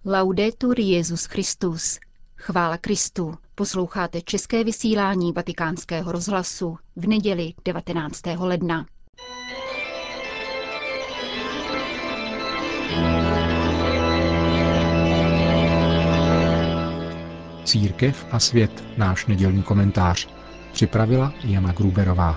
Laudetur Jesus Christus. Chvála Kristu. Posloucháte české vysílání Vatikánského rozhlasu v neděli 19. ledna. Církev a svět, náš nedělní komentář. Připravila Jana Gruberová.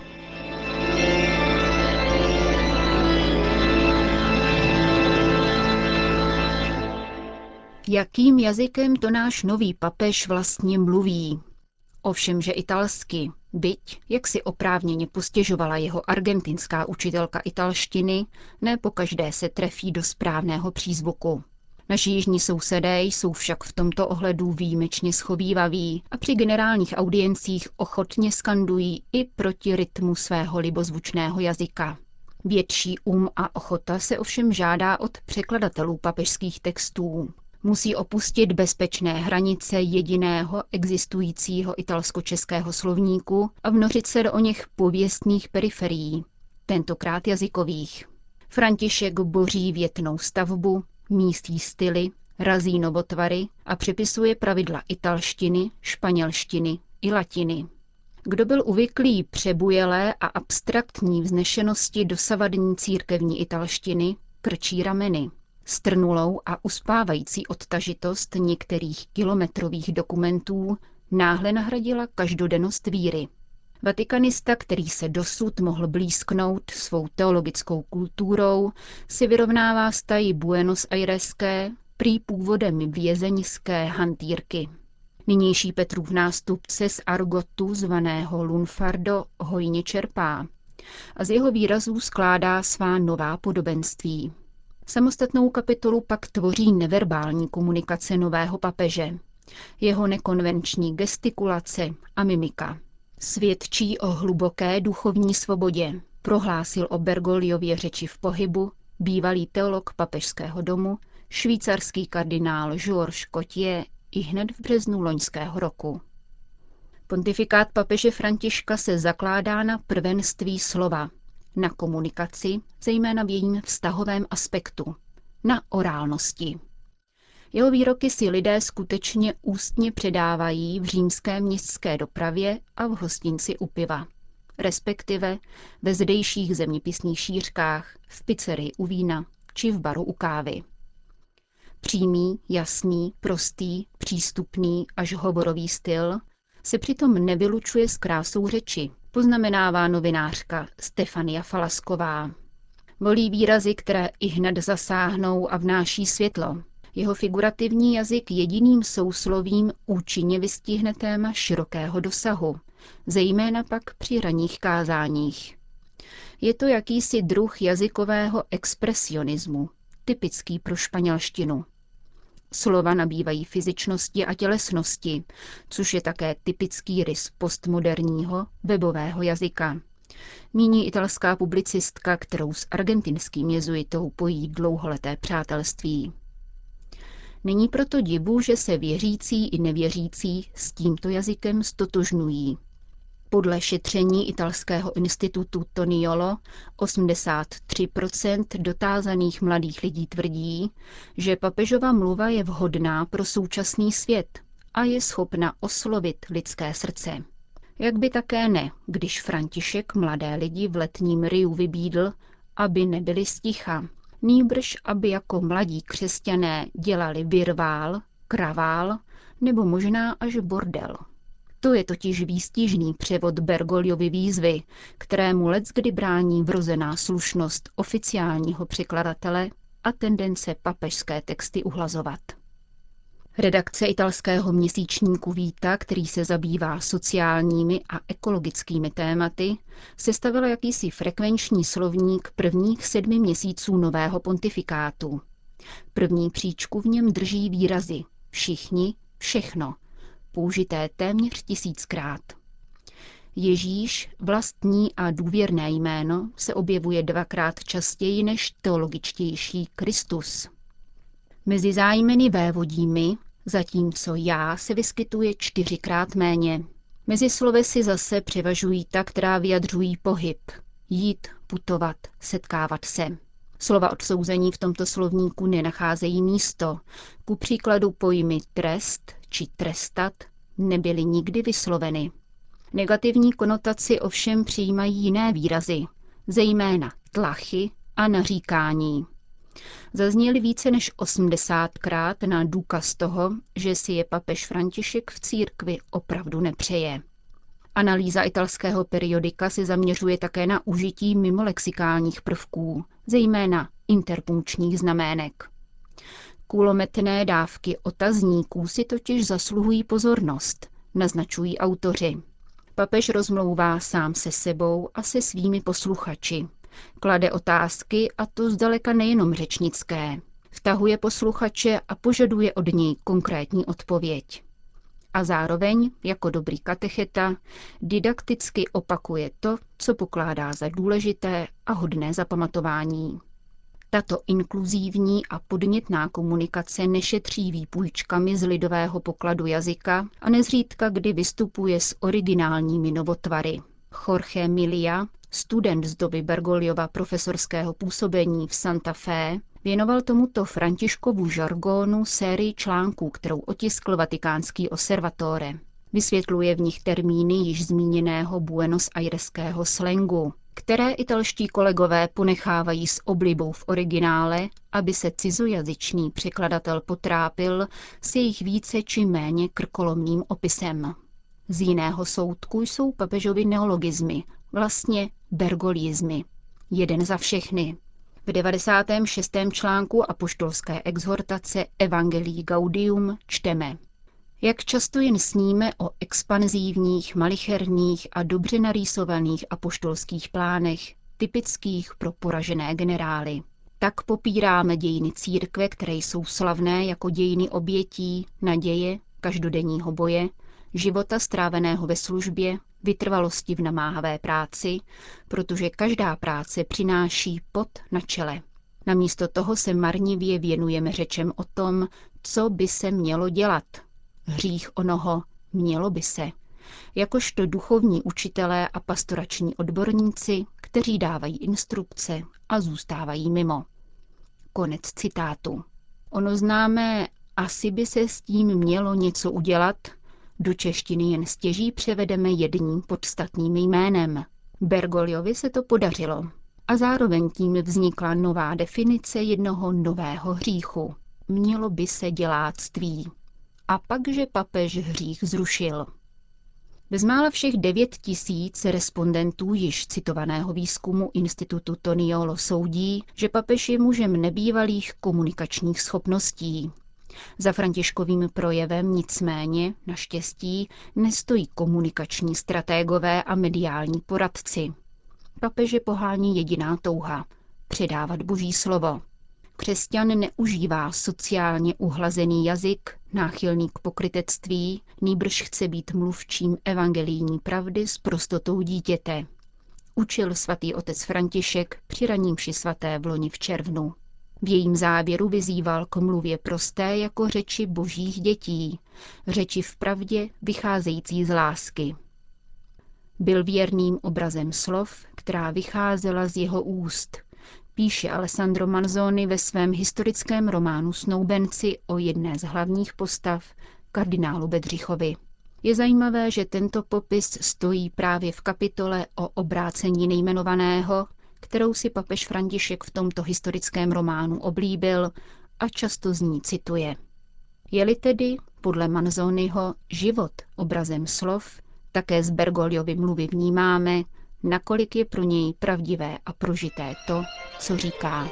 Jakým jazykem to náš nový papež vlastně mluví? Ovšemže italsky, byť, jak si oprávněně postěžovala jeho argentinská učitelka italštiny, ne pokaždé se trefí do správného přízvuku. Naši jižní sousedé jsou však v tomto ohledu výjimečně schovívaví a při generálních audiencích ochotně skandují i proti rytmu svého libozvučného jazyka. Větší a ochota se ovšem žádá od překladatelů papežských textů. Musí opustit bezpečné hranice jediného existujícího italsko-českého slovníku a vnořit se do oněch pověstných periferií, tentokrát jazykových. František boří větnou stavbu, místí styly, razí novotvary a přepisuje pravidla italštiny, španělštiny i latiny. Kdo byl uvyklý přebujelé a abstraktní vznešenosti dosavadní církevní italštiny, krčí rameny. Strnulou a uspávající odtažitost některých kilometrových dokumentů náhle nahradila každodennost víry. Vatikanista, který se dosud mohl blýsknout svou teologickou kulturou, si vyrovnává s tají Buenos Aireské, prý původem vězeňské hantýrky. Nynější Petrův nástupce z argotu zvaného lunfardo hojně čerpá a z jeho výrazů skládá svá nová podobenství. Samostatnou kapitolu pak tvoří neverbální komunikace nového papeže, jeho nekonvenční gestikulace a mimika. Svědčí o hluboké duchovní svobodě, prohlásil o Bergoliově řeči v pohybu bývalý teolog papežského domu, švýcarský kardinál Georges Cotier ihned v březnu loňského roku. Pontifikát papeže Františka se zakládá na prvenství slova, na komunikaci, zejména v jejím vztahovém aspektu, na orálnosti. Jeho výroky si lidé skutečně ústně předávají v římské městské dopravě a v hostinci u piva, respektive ve zdejších zeměpisných šířkách, v pizzerii u vína či v baru u kávy. Přímý, jasný, prostý, přístupný až hovorový styl se přitom nevylučuje s krásou řeči, poznamenává novinářka Stefania Falasková. Volí výrazy, které ihned zasáhnou a vnáší světlo. Jeho figurativní jazyk jediným souslovím účinně vystihne téma širokého dosahu, zejména pak při ranních kázáních. Je to jakýsi druh jazykového expresionismu, typický pro španělštinu. Slova nabývají fyzičnosti a tělesnosti, což je také typický rys postmoderního webového jazyka. Míní italská publicistka, kterou s argentinským jezuitou pojí dlouholeté přátelství. Není proto divu, že se věřící i nevěřící s tímto jazykem stotožňují. Podle šetření italského institutu Toniolo 83% dotázaných mladých lidí tvrdí, že papežova mluva je vhodná pro současný svět a je schopna oslovit lidské srdce. Jak by také ne, když František mladé lidi v letním Riu vybídl, aby nebyli sticha, nýbrž aby jako mladí křesťané dělali virvál, kravál nebo možná až bordel. To je totiž výstižný převod Bergoliovy výzvy, kterému leckdy brání vrozená slušnost oficiálního překladatele a tendence papežské texty uhlazovat. Redakce italského měsíčníku Vita, který se zabývá sociálními a ekologickými tématy, sestavila jakýsi frekvenční slovník prvních 7 měsíců nového pontifikátu. První příčku v něm drží výrazy všichni, všechno, použité téměř 1000krát. Ježíš, vlastní a důvěrné jméno, se objevuje 2krát častěji než teologičtější Kristus. Mezi zájmeny vévodími, zatímco já se vyskytuje 4krát méně. Mezi slovesy zase převažují ta, která vyjadřují pohyb, jít, putovat, setkávat se. Slova odsouzení v tomto slovníku nenacházejí místo. Ku příkladu pojmy trest či trestat nebyly nikdy vysloveny. Negativní konotaci ovšem přijímají jiné výrazy, zejména tlachy a naříkání. Zazněly více než 80krát na důkaz toho, že si je papež František v církvi opravdu nepřeje. Analýza italského periodika se zaměřuje také na užití mimolexikálních prvků, zejména interpunkčních znamének. Kulometné dávky otazníků si totiž zasluhují pozornost, naznačují autoři. Papež rozmlouvá sám se sebou a se svými posluchači. Klade otázky, a to zdaleka nejenom řečnické. Vtahuje posluchače a požaduje od něj konkrétní odpověď. A zároveň, jako dobrý katecheta, didakticky opakuje to, co pokládá za důležité a hodné zapamatování. Tato inkluzívní a podnětná komunikace nešetří výpůjčkami z lidového pokladu jazyka a nezřídka kdy vystupuje s originálními novotvary. Jorge Milia, student z doby Bergoliova profesorského působení v Santa Fe, věnoval tomuto Františkovu žargónu sérii článků, kterou otiskl Vatikánský Osservatore. Vysvětluje v nich termíny již zmíněného Buenos Aireského slangu, které italští kolegové ponechávají s oblibou v originále, aby se cizojazyčný překladatel potrápil s jejich více či méně krkolomným opisem. Z jiného soudku jsou papežovy neologizmy, vlastně bergoliizmy. Jeden za všechny. V 96. článku apoštolské exhortace Evangelii Gaudium čteme: Jak často jen sníme o expanzívních, malicherných a dobře narýsovaných apoštolských plánech, typických pro poražené generály. Tak popíráme dějiny církve, které jsou slavné jako dějiny obětí, naděje, každodenního boje, života stráveného ve službě, vytrvalosti v namáhavé práci, protože každá práce přináší pot na čele. Namísto toho se marnivě věnujeme řečem o tom, co by se mělo dělat. Hřích onoho mělo by se. Jakožto duchovní učitelé a pastorační odborníci, kteří dávají instrukce a zůstávají mimo. Konec citátu. Ono známé asi by se s tím mělo něco udělat, do češtiny jen stěží převedeme jedním podstatným jménem. Bergoliovi se to podařilo. A zároveň tím vznikla nová definice jednoho nového hříchu. Mělo by se děláctví. A pakže papež hřích zrušil. Bezmála všech 9 000 respondentů již citovaného výzkumu institutu Toniolo soudí, že papež je mužem nebývalých komunikačních schopností. Za Františkovým projevem nicméně, naštěstí, nestojí komunikační stratégové a mediální poradci. Papeže pohání jediná touha – předávat Boží slovo. Křesťan neužívá sociálně uhlazený jazyk, náchylný k pokrytectví, nýbrž chce být mluvčím evangelijní pravdy s prostotou dítěte. Učil svatý otec František při raní mši svaté v loni v červnu. V jejím závěru vyzýval k mluvě prosté jako řeči božích dětí, řeči v pravdě vycházející z lásky. Byl věrným obrazem slov, která vycházela z jeho úst, píše Alessandro Manzoni ve svém historickém románu Snoubenci o jedné z hlavních postav, kardinálu Bedřichovi. Je zajímavé, že tento popis stojí právě v kapitole o obrácení nejmenovaného, kterou si papež František v tomto historickém románu oblíbil a často z ní cituje. Je-li tedy, podle Manzoniho, život obrazem slov, také z Bergoliovy mluvy vnímáme, nakolik je pro něj pravdivé a prožité to, co říká.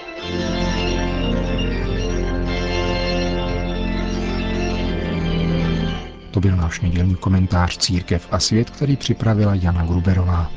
To byl náš nedělní komentář Církev a svět, který připravila Jana Gruberová.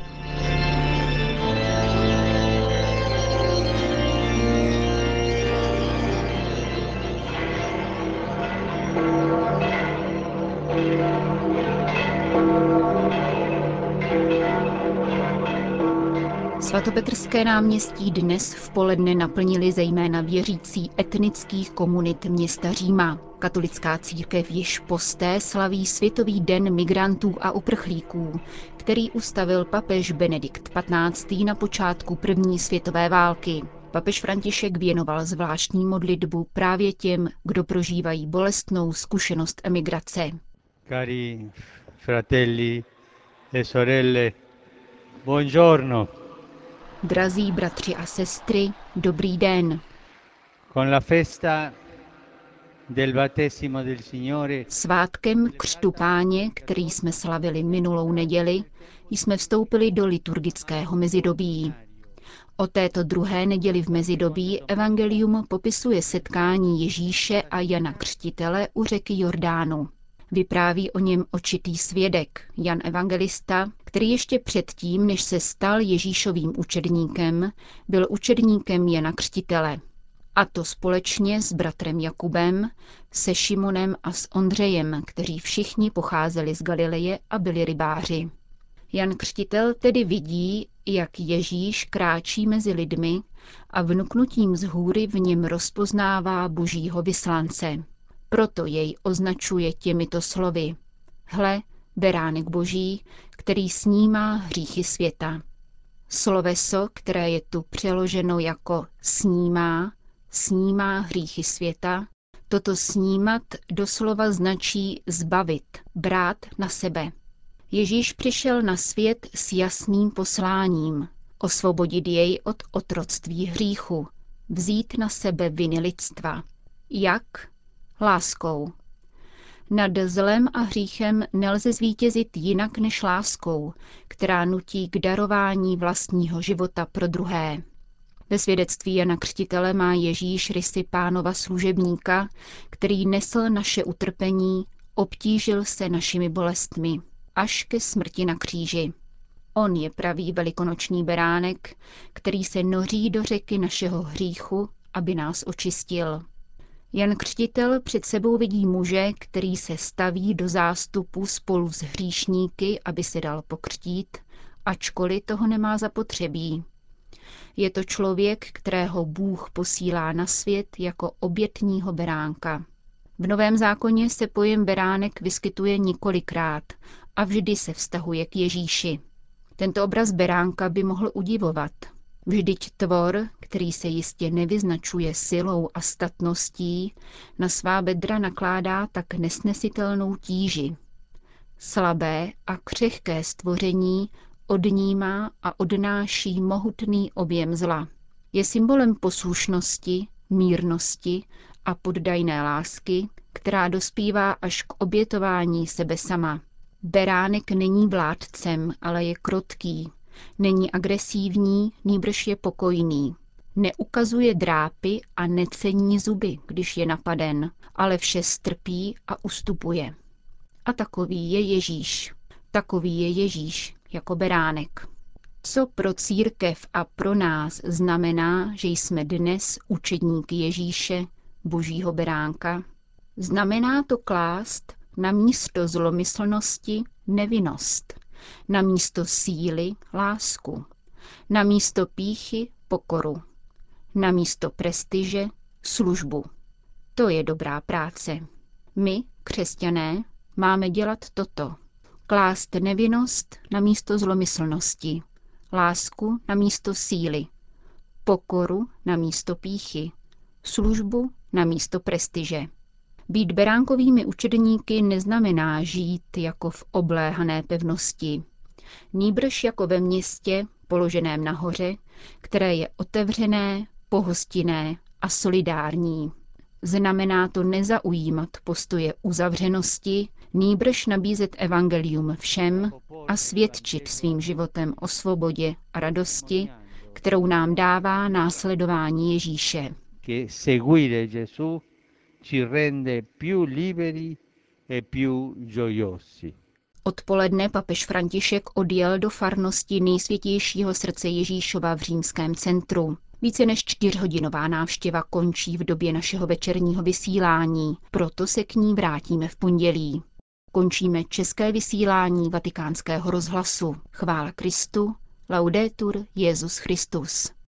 Svatopetrské náměstí dnes v poledne naplnili zejména věřící etnických komunit města Říma. Katolická církev již posté slaví Světový den migrantů a uprchlíků, který ustavil papež Benedikt XV. Na počátku první světové války. Papež František věnoval zvláštní modlitbu právě těm, kdo prožívají bolestnou zkušenost emigrace. Cari fratelli e sorelle, buongiorno. Drazí bratři a sestry, dobrý den. Con la festa del battesimo del Signore Svátkem Křtu Páně, který jsme slavili minulou neděli, jsme vstoupili do liturgického mezidobí. O této druhé neděli v mezidobí evangelium popisuje setkání Ježíše a Jana Křtitele u řeky Jordánu. Vypráví o něm očitý svědek, Jan Evangelista, který ještě předtím, než se stal Ježíšovým učedníkem, byl učedníkem Jana Křtitele. A to společně s bratrem Jakubem, se Šimonem a s Ondřejem, kteří všichni pocházeli z Galileje a byli rybáři. Jan Křtitel tedy vidí, jak Ježíš kráčí mezi lidmi a vnuknutím zhůry v něm rozpoznává Božího vyslance. Proto jej označuje těmito slovy. Hle, beránek Boží, který snímá hříchy světa. Sloveso, které je tu přeloženo jako snímá hříchy světa, toto snímat doslova značí zbavit, brát na sebe. Ježíš přišel na svět s jasným posláním, osvobodit jej od otroctví hříchu, vzít na sebe viny lidstva. Jak? Láskou. Nad zlem a hříchem nelze zvítězit jinak než láskou, která nutí k darování vlastního života pro druhé. Ve svědectví Jana Křtitele má Ježíš rysy Pánova služebníka, který nesl naše utrpení, obtížil se našimi bolestmi, až ke smrti na kříži. On je pravý velikonoční beránek, který se noří do řeky našeho hříchu, aby nás očistil. Jan Křtitel před sebou vidí muže, který se staví do zástupu spolu s hříšníky, aby se dal pokřtít, ačkoliv toho nemá zapotřebí. Je to člověk, kterého Bůh posílá na svět jako obětního beránka. V Novém zákoně se pojem beránek vyskytuje několikrát a vždy se vztahuje k Ježíši. Tento obraz beránka by mohl udivovat. Vždyť tvor, který se jistě nevyznačuje silou a statností, na svá bedra nakládá tak nesnesitelnou tíži. Slabé a křehké stvoření odnímá a odnáší mohutný objem zla. Je symbolem poslušnosti, mírnosti a poddajné lásky, která dospívá až k obětování sebe sama. Beránek není vládcem, ale je krotký. Není agresivní, nýbrž je pokojný. Neukazuje drápy a necení zuby, když je napaden, ale vše strpí a ustupuje. A takový je Ježíš. Takový je Ježíš jako beránek. Co pro církev a pro nás znamená, že jsme dnes učedníky Ježíše, Božího beránka? Znamená to klást na místo zlomyslnosti nevinnost, na místo síly lásku, na místo pýchy pokoru, na místo prestiže službu. To je dobrá práce. My, křesťané, máme dělat toto. Klást nevinnost na místo zlomyslnosti, lásku na místo síly, pokoru na místo pýchy, službu na místo prestiže. Být beránkovými učedníky neznamená žít jako v obléhané pevnosti, nýbrž jako ve městě, položeném nahoře, které je otevřené, pohostinné a solidární. Znamená to nezaujímat postoje uzavřenosti, nýbrž nabízet evangelium všem a svědčit svým životem o svobodě a radosti, kterou nám dává následování Ježíše. Odpoledne papež František odjel do farnosti Nejsvětějšího srdce Ježíšova v římském centru. Více než 4hodinová návštěva končí v době našeho večerního vysílání, proto se k ní vrátíme v pondělí. Končíme české vysílání Vatikánského rozhlasu. Chvála Kristu, laudetur Jesus Christus.